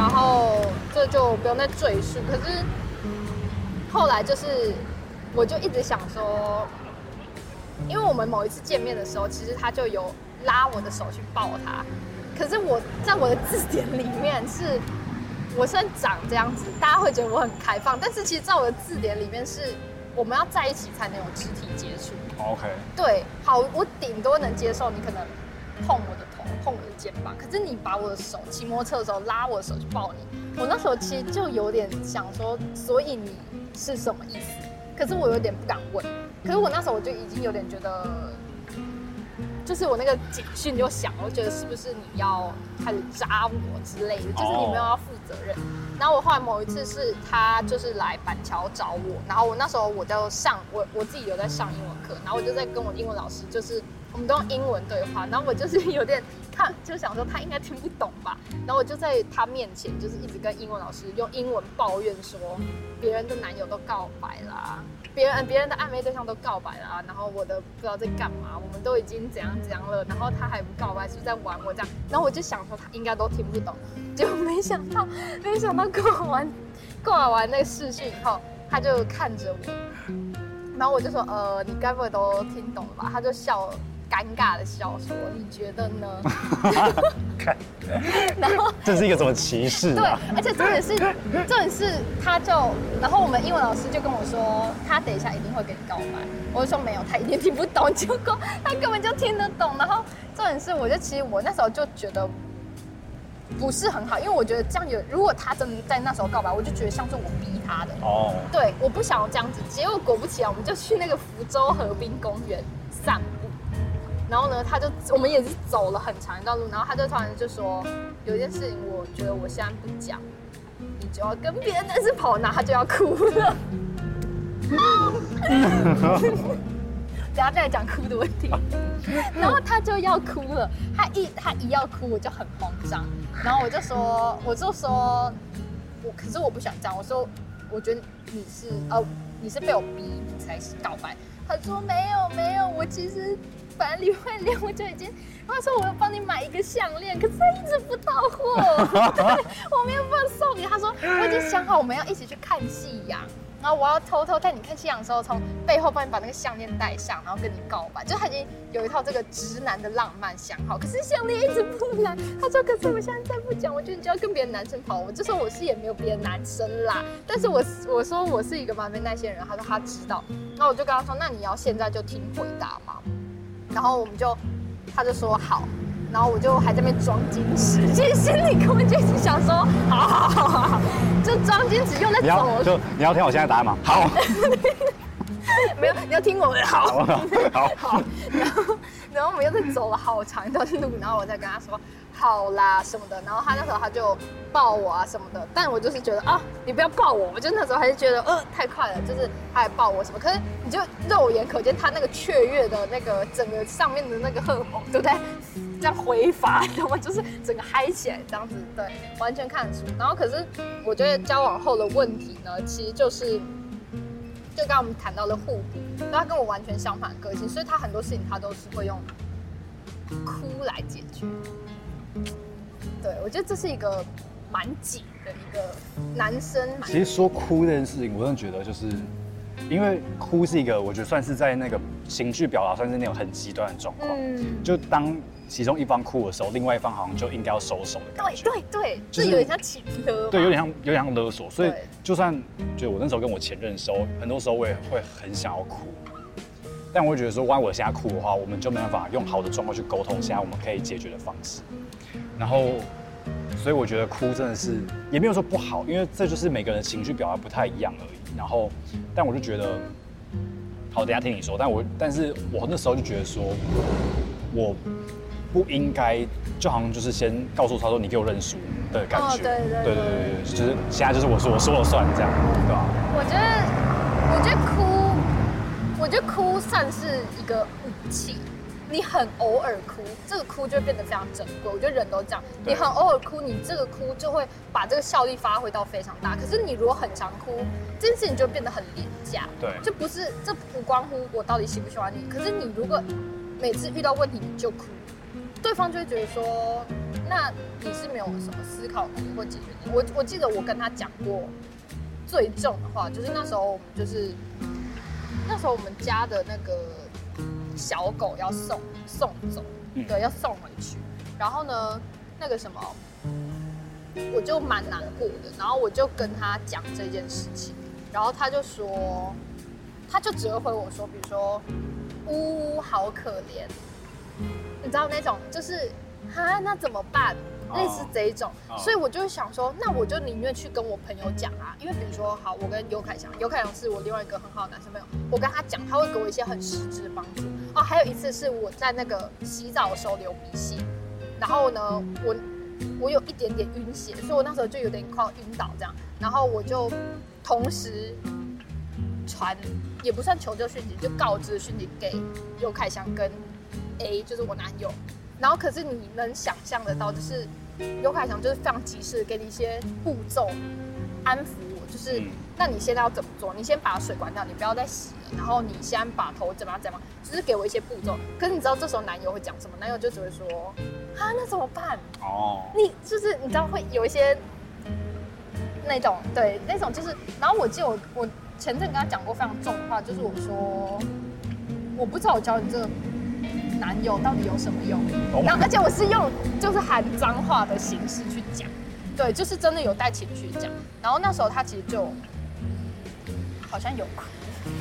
然后这就不用再赘述。可是后来就是，我就一直想说，因为我们某一次见面的时候，其实他就有拉我的手去抱他，可是我在我的字典里面是，我虽然长这样子，大家会觉得我很开放，但是其实在我的字典里面是，我们要在一起才能有肢体接触。 OK。 对，好，我顶多能接受你可能碰我的头，碰我的肩膀，可是你把我的手骑摩托车的时候拉我的手去抱你，我那时候其实就有点想说，所以你是什么意思？可是我有点不敢问。可是我那时候我就已经有点觉得，就是我那个警讯就响了，我觉得是不是你要开始扎我之类的，就是你没有要负责任。然后我后来某一次是他就是来板桥找我，然后我那时候我就上我自己有在上英文课，然后我就在跟我英文老师，就是我们都用英文对话，然后我就是有点就想说他应该听不懂吧，然后我就在他面前就是一直跟英文老师用英文抱怨说别人的男友都告白啦，别人的暧昧对象都告白啦，然后我的不知道在干嘛，我们都已经怎样怎样了，然后他还不告白，是不是在玩我这样？然后我就想说他应该都听不懂，结果没想到过完那个视讯以后，他就看着我，然后我就说你该不会都听懂了吧？他就笑了。尴尬的笑说：“你觉得呢？”然后这是一个什么歧视啊？ 对，而且重点是，他就，然后我们英文老师就跟我说，他等一下一定会跟你告白。我就说没有，他一定听不懂。结果他根本就听得懂。然后重点是，其实我那时候就觉得不是很好，因为我觉得这样如果他真的在那时候告白，我就觉得像是我逼他的。哦。对，我不想要这样子。结果果不其然，我们就去那个福州河滨公园散步。然后呢，我们也是走了很长一段路，然后他就突然就说，有一件事情，我觉得我现在不讲，你就要跟别的男生跑，然后他就要哭了。等下再来讲哭的问题。然后他就要哭了，他一要哭，我就很慌张，然后我就说，可是我不想这样，我说，我觉得你是被我逼你才告白。他说没有，我其实。本来礼拜六我就已经，他说我要帮你买一个项链，可是他一直不到货，对，我没有办法送你。他说我已经想好我们要一起去看夕阳，然后我要偷偷带你看夕阳的时候，从背后帮你把那个项链戴上，然后跟你告白。就他已经有一套这个直男的浪漫想好，可是项链一直不来。他说可是我现在再不讲，我觉得你就要跟别的男生跑。我就说我是也没有别的男生啦，但是我说我是一个蛮没耐心的人。他说他知道，然后我就跟他说那你要现在就听回答吗？然后他就说好，然后我就还在那边装矜持，其实心里根本就一直想说好，就装矜持用在走。 你要听我现在答案吗？好。 没有，你要听我的好。然后我们又在走了好长一段路，然后我再跟他说好啦什么的，然后他那时候他就抱我啊什么的，但我就是觉得你不要抱我，我就那时候还是觉得太快了，就是他还抱我什么，可是你就肉眼可见他那个雀跃的那个整个上面的那个荷尔蒙，对不对？这样挥发，你知道吗？就是整个嗨起来这样子，对，完全看得出。然后可是我觉得交往后的问题呢，其实就刚刚我们谈到了互补，他跟我完全相反的个性，所以他很多事情他都是会用哭来解决。对，我觉得这是一个蛮紧的一个男生。 其实说哭这件事情，我真的觉得就是，因为哭是一个，我觉得算是在那个情绪表达算是那种很极端的状况。就当其中一方哭的时候，另外一方好像就应该要收手的感觉。 对，就是有点像情勒。 对，有点像勒索。所以就算就我那时候跟我前任的时候，很多时候我也会很想要哭，但我会觉得说，万一我现在哭的话，我们就没办法用好的状况去沟通现在我们可以解决的方式。然后，所以我觉得哭真的是也没有说不好，因为这就是每个人的情绪表达不太一样而已。然后，但我就觉得，好，等一下听你说。但是我那时候就觉得说，我不应该，就好像就是先告诉他说你给我认输的感觉。对，就是现在就是我说了算这样，对吧？ 我觉得哭算是一个武器。你很偶尔哭，这个哭就会变得非常珍贵。我觉得人都这样，你很偶尔哭，你这个哭就会把这个效力发挥到非常大。可是你如果很常哭，这件事情就变得很廉价。 对， 就这不关乎我到底喜不喜欢你。可是你如果每次遇到问题你就哭， 对方就会觉得说，那你是没有什么思考能力或解决能力。我记得我跟他讲过最重的话，就是那时候我们家的那个小狗要送走，对，要送回去。然后呢，那个什么，我就蛮难过的。然后我就跟他讲这件事情，然后他就只会回我说，比如说，呜，好可怜，你知道那种，就是哈，那怎么办？类似这一种，所以我就想说，那我就宁愿去跟我朋友讲啊，因为比如说，好，我跟尤凯翔是我另外一个很好的男生朋友，我跟他讲，他会给我一些很实质的帮助。哦，还有一次是我在那个洗澡的时候流鼻血，然后呢，我有一点点晕血，所以我那时候就有点快要晕倒这样，然后我就同时传，也不算求救讯息，就告知讯息给尤凯翔跟 A， 就是我男友。然后可是你能想象得到，就是尤凯翔就是非常及时的给你一些步骤，安抚我，就是那你现在要怎么做？你先把水关掉，你不要再洗了，然后你先把头怎么样，就是给我一些步骤。可是你知道这时候男友会讲什么？男友就只会说，啊，那怎么办？哦，你就是你知道会有一些那种对那种就是，然后我记得我前阵跟他讲过非常重的话，就是我说我不知道我教你这个男友到底有什么用，然后而且我是用就是含脏话的形式去讲，对，就是真的有带情绪讲。然后那时候他其实就好像有哭，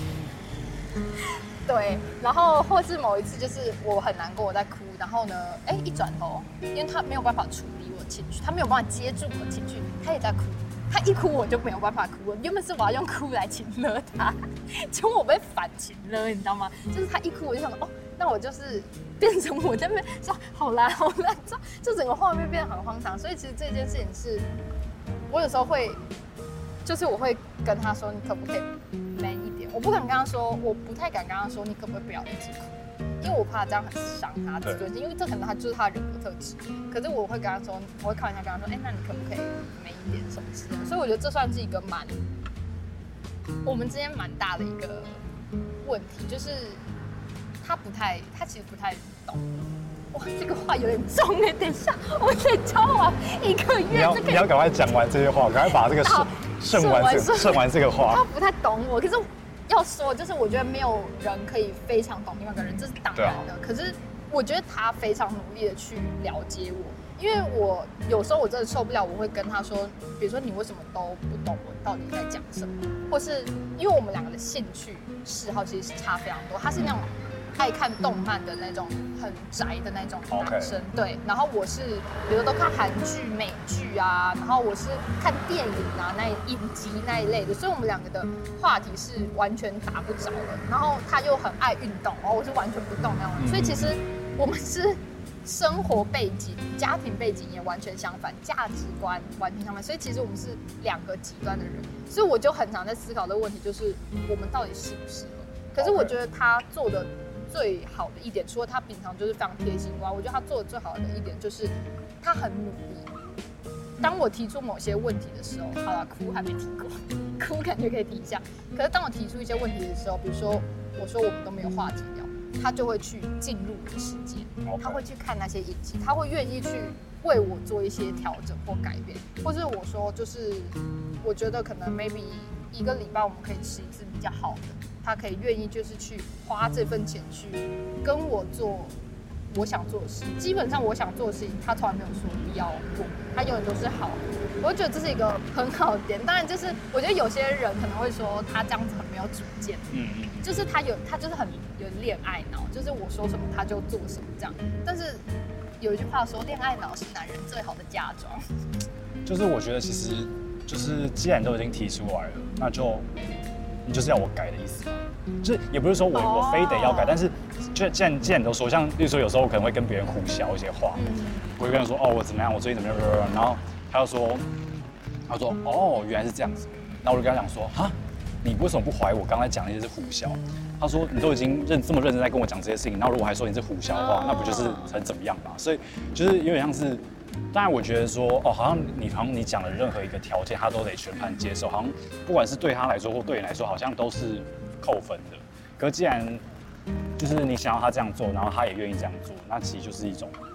对，然后或是某一次就是我很难过我在哭，然后呢，一转头，因为他没有办法处理我的情绪，他没有办法接住我的情绪，他也在哭。他一哭我就没有办法哭了，原本是我要用哭来情勒他，结果我被反情勒，你知道吗？就是他一哭我就想说，哦，那我就是变成我在那边说好啦，就整个画面变得很荒唐。所以其实这件事情是，我有时候会，就是我会跟他说，你可不可以慢一点？我不敢跟他说，我不太敢跟他说，你可不可以不要一直哭？因为我怕这样很伤他自尊心，因为这可能他就是他的人格特质。可是我会跟他说，我会开玩笑跟他说，那你可不可以慢一点什么之类的？所以我觉得这算是一个我们之间蛮大的一个问题，就是他其实不太懂。哇，这个话有点重哎，等一下，我们才交往1个月， 你要赶快讲完这些话，赶快把这个顺完这个话。 他不太懂我，可是。要说就是，我觉得没有人可以非常懂另外一个人，这是当然的。可是我觉得他非常努力的去了解我，因为我有时候我真的受不了，我会跟他说，比如说你为什么都不懂我到底在讲什么，或是因为我们两个的兴趣嗜好其实是差非常多，他是那种爱看动漫的那种很宅的那种男生，对。然后我是，比如都看韩剧、美剧啊，然后我是看电影啊、影集那一类的，所以我们两个的话题是完全打不着的。然后他又很爱运动，然后我是完全不动那种，所以其实我们是生活背景、家庭背景也完全相反，价值观完全相反，所以其实我们是2个极端的人。所以我就很常在思考这个问题，就是我们到底适不适合？可是我觉得他做的最好的一点，除了他平常就是非常贴心以外，我觉得他做的最好的一点就是他很努力。当我提出某些问题的时候，好了，哭还没提过，哭感觉可以提一下。可是当我提出一些问题的时候，比如说我说我们都没有话题聊，他就会去进入我的世界，他会去看那些影集，他会愿意去为我做一些调整或改变，或是我说就是我觉得可能 maybe 1个礼拜我们可以吃一次比较好的。他可以愿意就是去花这份钱去跟我做我想做的事，基本上我想做的事情，他从来没有说不要做，他永远都是好的。我觉得这是一个很好的点。当然，就是我觉得有些人可能会说他这样子很没有主见，就是他就是很有恋爱脑，就是我说什么他就做什么这样。但是有一句话说，恋爱脑是男人最好的嫁妆。 就是我觉得其实就是既然都已经提出来了，那就。你就是要我改的意思，就是也不是说我非得要改，但是既然都说，像例如说有时候我可能会跟别人互销一些话，我会跟他说我怎么样，我最近怎么样，然后他就说哦原来是这样子，然后我就跟他讲说你为什么不怀疑我刚才讲的那些是互销？他说你都已经这么认真在跟我讲这些事情，然后如果还说你是互销的话，那不就是很怎么样吧？所以就是有点像是。当然，我觉得说好像你讲的任何一个条件，他都得全盘接受，好像不管是对他来说或对你来说，好像都是扣分的。可是既然就是你想要他这样做，然后他也愿意这样做，那其实就是一种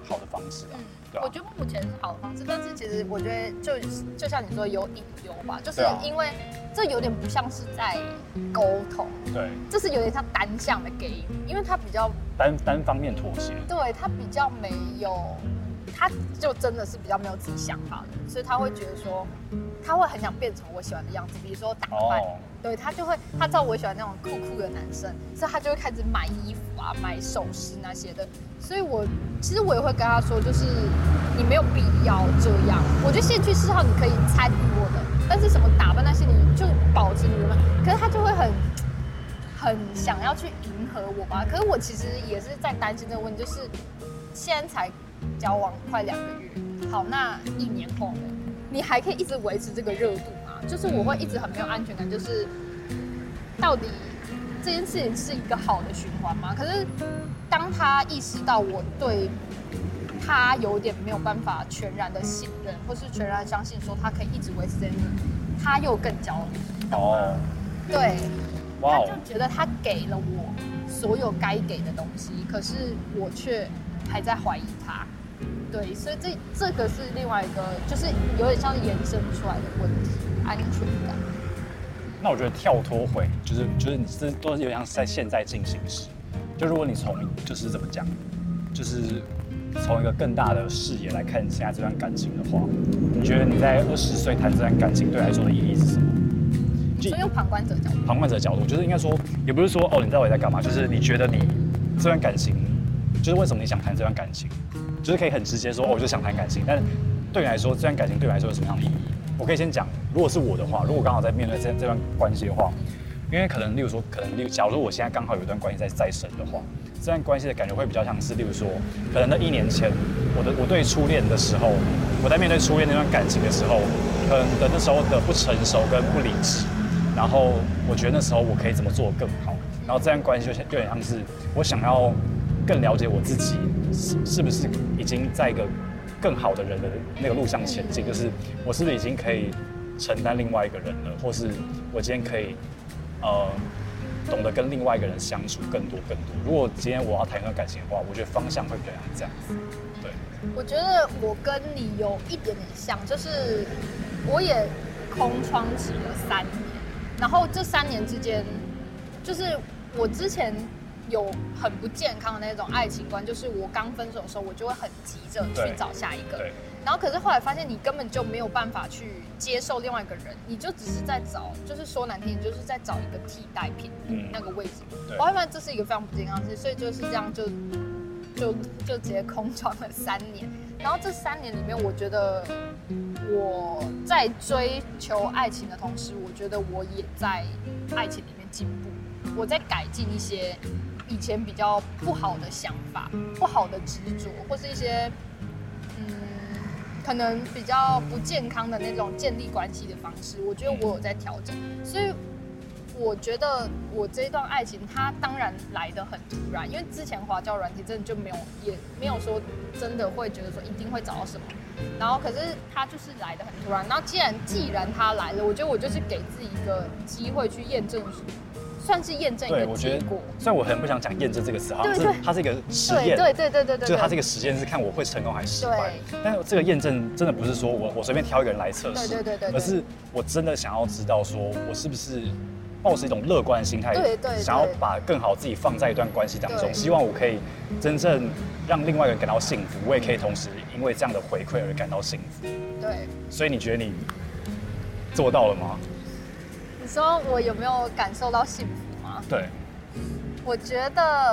好的方式啊。对啊， 我觉得目前是好的方式，但是其实我觉得就像你说有引流吧，就是因为这有点不像是在沟通， 对， 这是有点像单向的给予，因为它比较单方面妥协， 对，他比较没有，他就真的是比较没有自己想法的，所以他会觉得说，他会很想变成我喜欢的样子，比如说打扮，对他就会，他知道我喜欢那种酷酷的男生，所以他就会开始买衣服啊、买首饰那些的，所以其实我也会跟他说，就是你没有必要这样，我觉得兴趣嗜好你可以参与我的，但是什么打扮那些你就保持你原本，可是他就会很想要去迎合我吧，可是我其实也是在担心这个问题，就是现在才交往快2个月，好，那1年后呢？你还可以一直维持这个热度吗？就是我会一直很没有安全感，就是到底这件事情是一个好的循环吗？可是当他意识到我对他有点没有办法全然的信任，或是全然相信说他可以一直维持这件事，他又更焦虑，懂吗？对。他就觉得他给了我所有该给的东西，可是我却还在怀疑他。对，所以这个是另外一个，就是有点像延伸出来的问题，安全感。 那我觉得跳脱回，就是你这都是有点像是在现在进行时。就如果你从就是怎么讲，就是从一个更大的视野来看现在这段感情的话，你觉得你在20岁谈这段感情对你来说的意义是什么？ 所以用旁观者角度， 旁观者角度，就是应该说，也不是说哦，你到底在干嘛？就是你觉得你这段感情，就是为什么你想谈这段感情？就是可以很直接说，哦，我就想谈感情。但对你来说，这段感情对你来说有什么样的意义？我可以先讲，如果是我的话，如果刚好在面对这段关系的话，因为可能，例如说，假如说我现在刚好有一段关系在身的话，这段关系的感觉会比较像是，例如说，可能在1年前，我对初恋的时候，我在面对初恋那段感情的时候，可能的那时候的不成熟跟不理智。然后我觉得那时候我可以怎么做得更好，然后这段关系就有点像是我想要更了解我自己是不是已经在一个更好的人的那个路上前进，就是我是不是已经可以承担另外一个人了，或是我今天可以懂得跟另外一个人相处更多。如果今天我要谈一段感情的话，我觉得方向会比较像这样子。对， 我觉得我跟你有一点点像，就是我也空窗期了3年。然后这3年之间，就是我之前有很不健康的那种爱情观，就是我刚分手的时候，我就会很急着去找下一个。然后可是后来发现，你根本就没有办法去接受另外一个人，你就只是在找，就是说难听，就是在找一个替代品那个位置。我会发现这是一个非常不健康的事，所以就是这样就直接空窗了3年。然后这3年里面，我觉得我在追求爱情的同时，我觉得我也在爱情里面进步，我在改进一些以前比较不好的想法、不好的执着，或是一些可能比较不健康的那种建立关系的方式，我觉得我有在调整，所以我觉得我这一段爱情，它当然来得很突然，因为之前滑交软体真的就也没有说真的会觉得说一定会找到什么，然后可是它就是来得很突然，然后既然它来了，我觉得我就是给自己一个机会去验证，算是验证一个结果。 虽然我很不想讲验证这个词，好像是它是一个实验， 对， 就是它这个实验是看我会成功还是失败。但是这个验证真的不是说我随便挑一个人来测试， 对， 而是我真的想要知道说我是不是抱持一种乐观的心态，想要把更好自己放在一段关系当中，希望我可以真正让另外一个人感到幸福，我也可以同时因为这样的回馈而感到幸福。 对， 所以你觉得你做到了吗？ 你说我有没有感受到幸福吗？ 对， 我觉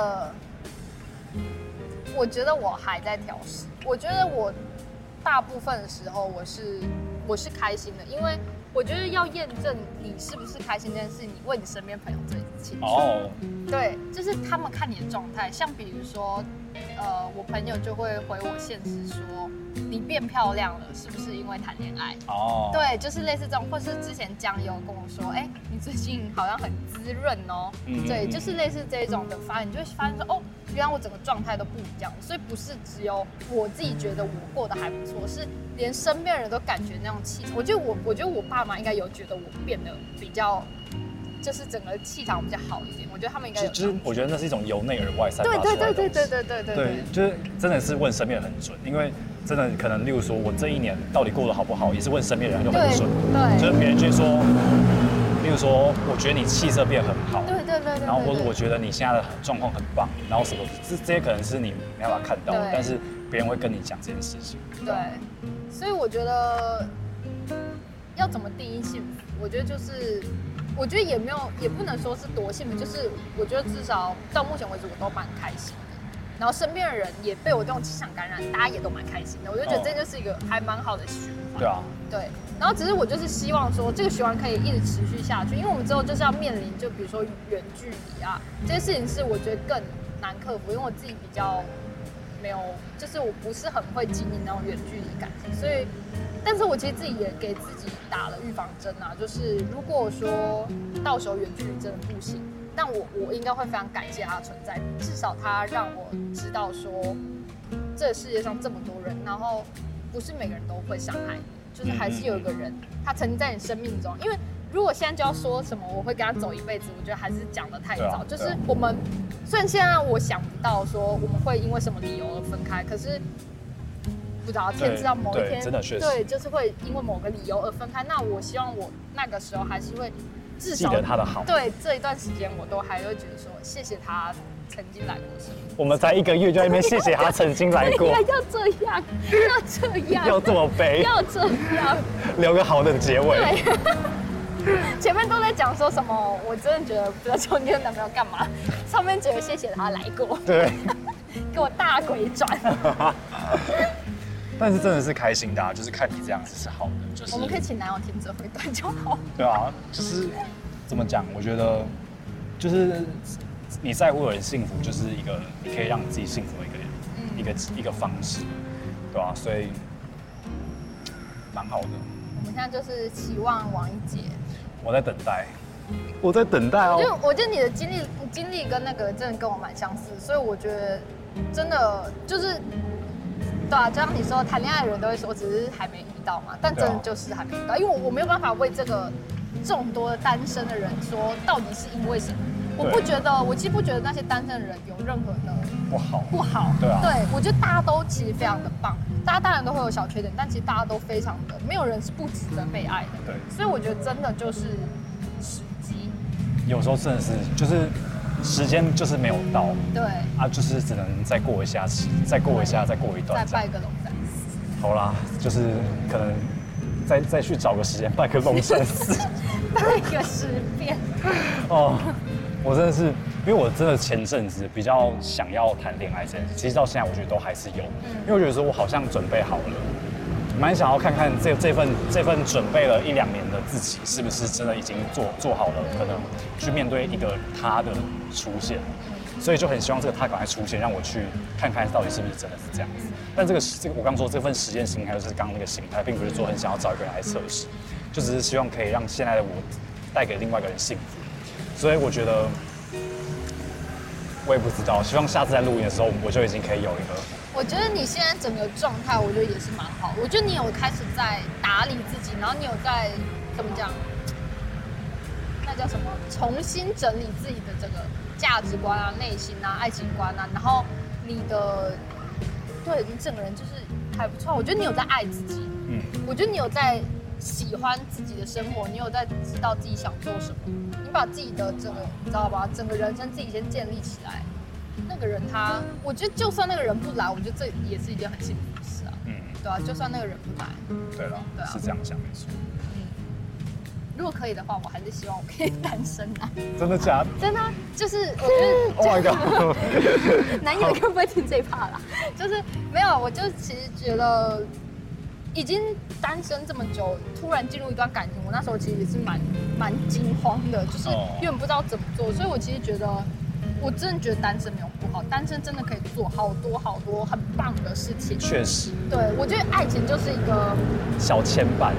得我还在调试。我觉得我大部分的时候我是开心的，因为我觉得要验证你是不是开心这件事，你问你身边朋友最清楚。对，就是他们看你的状态，像比如说，我朋友就会回我现实说，你变漂亮了，是不是因为谈恋爱？对，就是类似这种，或是之前江友跟我说，你最近好像很滋润哦。对，就是类似这一种的发现，你就会发现说，原来我整个状态都不一样，所以不是只有我自己觉得我过得还不错，是连身边人都感觉那种气场。我觉得我爸妈应该有觉得我变得比较就是整个气场比较好一点。我觉得他们应该就是我觉得那是一种由内而外散发出来的对， 就是真的是问身边人很准，因为真的可能例如说我这一年到底过得好不好，也是问身边人就很准， 对， 就是别人就说，例如说我觉得你气色变很好， 对， 然后或者我觉得你现在的状况很棒，然后什么这些可能是你没办法看到，但是别人会跟你讲这件事情。 对，所以我觉得要怎么定义幸福？我觉得就是，我觉得也不能说是多幸福，就是我觉得至少到目前为止我都蛮开心的，然后身边的人也被我这种气场感染，大家也都蛮开心的。我就觉得这就是一个还蛮好的循环。 对啊。 对，然后只是我就是希望说这个循环可以一直持续下去，因为我们之后就是要面临就比如说远距离啊这些事情是我觉得更难克服，因为我自己比较没有，就是我不是很会经营那种远距离感情，所以，但是我其实自己也给自己打了预防针啊，就是如果说到时候远距离真的不行，但我应该会非常感谢它的存在，至少它让我知道说，这个世界上这么多人，然后不是每个人都会伤害你，就是还是有一个人他曾经在你生命中，因为如果现在就要说什么我会跟他走一辈子，我觉得还是讲得太早。就是我们虽然现在我想不到说我们会因为什么理由而分开，可是不知道天知道某一天真的确实对，就是会因为某个理由而分开。那我希望我那个时候还是会至少记得他的好。 对，这一段时间我都还会觉得说谢谢他曾经来过生命。 我们才1个月就在那边谢谢他曾经来过。 要这样，要这样， 要这么悲， 要这样， 留个好的结尾。 对。前面都在讲说什么，我真的觉得不知道说你的男朋友干嘛，上面只有谢谢他来过， 对， 给我大鬼转。 但是真的是开心的啊，就是看你这样子是好的，就是我们可以请男友听这回段就好。 对啊，就是怎么讲？我觉得就是你在乎的人幸福，就是一个你可以让你自己幸福的一个方式，对吧？所以蛮好的。 我们现在就是期望王一杰。 我在等待，我在等待哦。 我觉得你的经历跟那个真的跟我蛮相似，所以我觉得真的就是，对啊，就像你说，谈恋爱的人都会说只是还没遇到嘛，但真的就是还没遇到，因为我没有办法为这个众多的单身的人说到底是因为什么。我其实不觉得那些单身的人有任何的不好， 对啊， 对我觉得大家都其实非常的棒，大家当然都会有小缺点，但其实大家都非常的，没有人是不值得被爱的， 对， 所以我觉得真的就是时机， 有时候真的是就是时间就是没有到， 对啊，就是只能再过一下，再过一下，再过一段， 再拜个龙山寺， 好啦，就是可能再去找个时间拜个龙山寺， 拜个10遍， 哦。我真的是，因为我真的前阵子比较想要谈恋爱这件事，其实到现在我觉得都还是有，因为我觉得说我好像准备好了，蛮想要看看这份准备了1-2年的自己是不是真的已经做好了，可能去面对一个他的出现，所以就很希望这个他赶快出现，让我去看看到底是不是真的是这样子。但这个我刚说这份实验心态就是刚刚那个心态，并不是说很想要找一个人来测试，就只是希望可以让现在的我带给另外一个人幸福。所以我觉得，我也不知道，希望下次在录音的时候，我就已经可以有一个。 我觉得你现在整个状态，我觉得也是蛮好。我觉得你有开始在打理自己，然后你有在怎么讲？那叫什么？重新整理自己的这个价值观啊、内心啊、爱情观啊，然后你你整个人就是还不错。我觉得你有在爱自己，我觉得你有在喜欢自己的生活，你有在知道自己想做什么。你把自己的整个，你知道吧？整个人生自己先建立起来。那个人我觉得就算那个人不来，我觉得这也是一件很幸福的事啊。对啊，就算那个人不来。对了，对啊，是这样想没错。如果可以的话，我还是希望我可以单身啊。真的假的？真的，就是我觉得。Oh my god！ 男友应该不会听这一趴啦。就是没有，我就其实觉得。已经单身这么久，突然进入一段感情，我那时候其实也是蛮惊慌的，就是有点不知道怎么做，所以我其实觉得，我真的觉得单身没有不好，单身真的可以做好多很棒的事情。确实，对我觉得爱情就是一个小牵绊，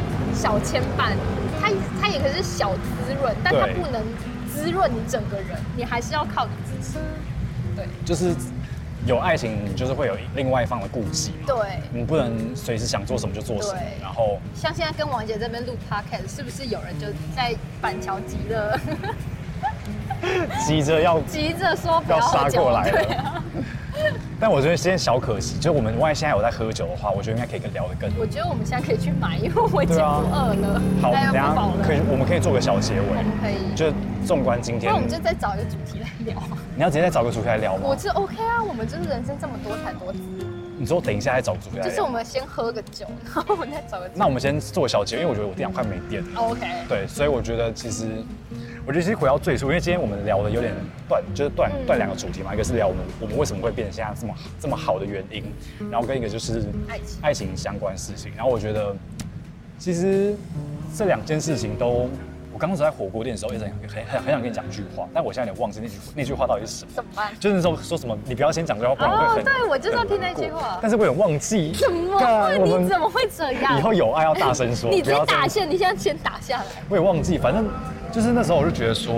它也可是小滋润，但它不能滋润你整个人，你还是要靠你自己。对，就是有爱情，你就是会有另外一方的顾忌嘛。 对， 你不能随时想做什么就做什么。然后像现在跟王姐这边录 podcast， 是不是有人就在板桥急了？ 急着说不要杀过来了。但我觉得今天小可惜，就是我们万一现在有在喝酒的话，我觉得应该可以聊得更。 我觉得我们现在可以去买，因为我已经不饿了。 好，等下我们可以做个小结尾。 我们可以， 就纵观今天。 那我们就再找一个主题来聊。 你要直接再找个主题来聊吗？ 我是 OK 啊，我们就是人生这么多彩多姿。 你说等一下再找主题来聊。 就是我们先喝个酒，然后我们再找个。 那我们先做个小结，因为我觉得我电脑快没电了。 OK。 对，所以我觉得其实回到最初，因为今天我们聊的有点断，就是断两个主题嘛，一个是聊我们为什么会变成现在这么好的原因，然后跟一个就是爱情相关事情。然后我觉得其实这两件事情都，我刚刚在火锅店的时候一直很想跟你讲一句话，但我现在有点忘记那句话到底是什么。 怎么办？ 就是说什么你不要先讲这句话，不然我会很对，我就是要听那句话。 但是我有点忘记。 怎么会？你怎么会这样？ 以后有爱要大声说。 你直接打线，你现在先打下来。 我也忘记，反正就是那时候我就觉得说，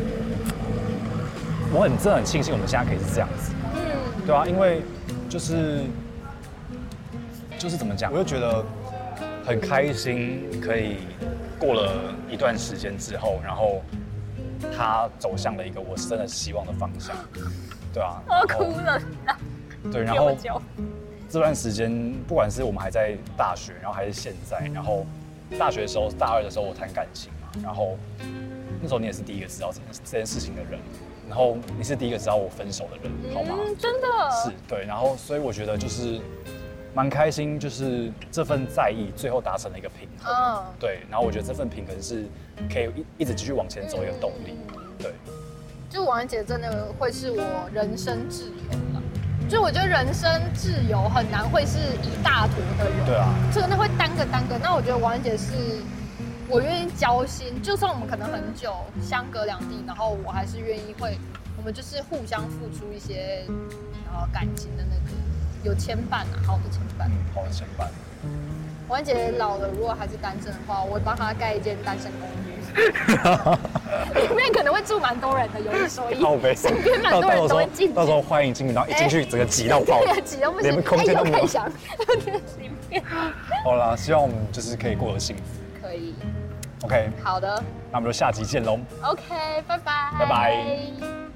我真的很庆幸我们现在可以是这样子。对啊，因为就是怎么讲，我就觉得很开心，可以过了一段时间之后，然后他走向了一个我真的希望的方向。对啊， 我哭了。 对，然后这段时间，不管是我们还在大学，然后还是现在，然后大学的时候，大二的时候我谈感情嘛，然后那时候你也是第一个知道这件事情的人，然后你是第一个知道我分手的人，好吗？ 真的是对，然后所以我觉得就是蛮开心，就是这份在意最后达成了一个平衡。对，然后我觉得这份平衡是可以一直继续往前走一个动力。对， 就王安杰真的会是我人生挚友了。就我觉得人生挚友很难会是一大坨的人。 对啊， 这个那会单个。那我觉得王安杰是我愿意交心，就算我们可能很久相隔两地，然后我还是愿意我们就是互相付出一些感情的那个有牵绊啊，好的牵绊。 好的牵绊。 王安杰老了，如果还是单身的话，我会帮他盖一间单身公寓。里面可能会住蛮多人的，有一说一，身边蛮多人都会进去。到时候欢迎进去，然后一进去整个挤到爆， 挤到不行， 连空间都没有。 里面。 好啦，希望我们就是可以过得幸福。 可以。 OK。 好的。 那我们就下集见喽。 OK， 拜拜。 拜拜。